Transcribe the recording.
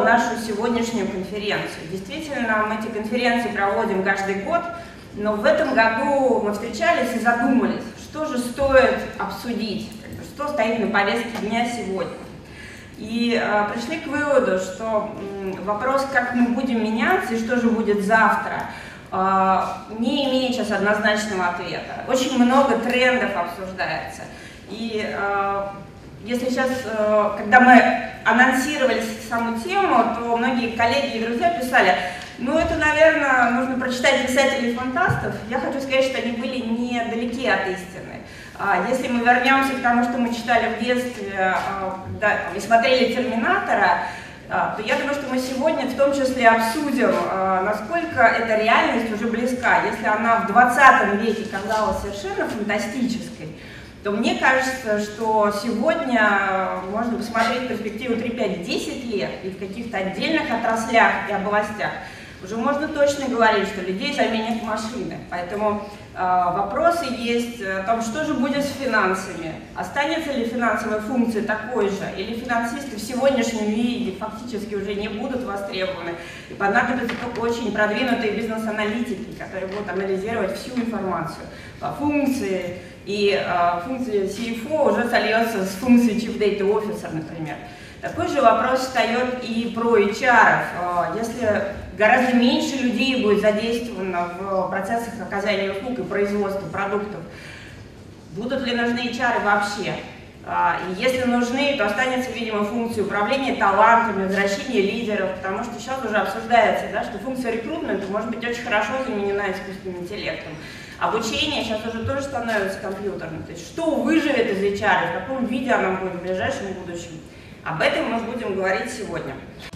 нашу сегодняшнюю конференцию. Действительно, мы эти конференции проводим каждый год, но в этом году мы встречались и задумались, что же стоит обсудить, что стоит на повестке дня сегодня. И пришли к выводу, что вопрос, как мы будем меняться и что же будет завтра, не имеет сейчас однозначного ответа. Очень много трендов обсуждается. И если сейчас, когда мы анонсировали саму тему, то многие коллеги и друзья писали, ну это, наверное, нужно прочитать писателей-фантастов. Я хочу сказать, что они были недалеки от истины. Если мы вернемся к тому, что мы читали в детстве и смотрели «Терминатора», то я думаю, что мы сегодня в том числе обсудим, насколько эта реальность уже близка. Если она в 20 веке казалась совершенно фантастической, то мне кажется, что сегодня можно посмотреть перспективу 3, 5, 10 лет и в каких-то отдельных отраслях и областях уже можно точно говорить, что людей заменят машины. Поэтому вопросы есть о том, что же будет с финансами, останется ли финансовая функция такой же, или финансисты в сегодняшнем виде фактически уже не будут востребованы, и понадобятся только очень продвинутые бизнес-аналитики, которые будут анализировать всю информацию по функции, и функция CFO уже сольется с функцией Chief Data Officer, например. Такой же вопрос встает и про HR. Если гораздо меньше людей будет задействовано в процессах оказания услуг и производства продуктов, будут ли нужны HR вообще? И если нужны, то останется, видимо, функция управления талантами, возвращения лидеров, потому что сейчас уже обсуждается, да, что функция рекрутмента может быть очень хорошо заменена искусственным интеллектом. Обучение сейчас уже тоже становится компьютерным. То есть что выживет из HR, в каком виде оно будет в ближайшем будущем. Об этом мы будем говорить сегодня.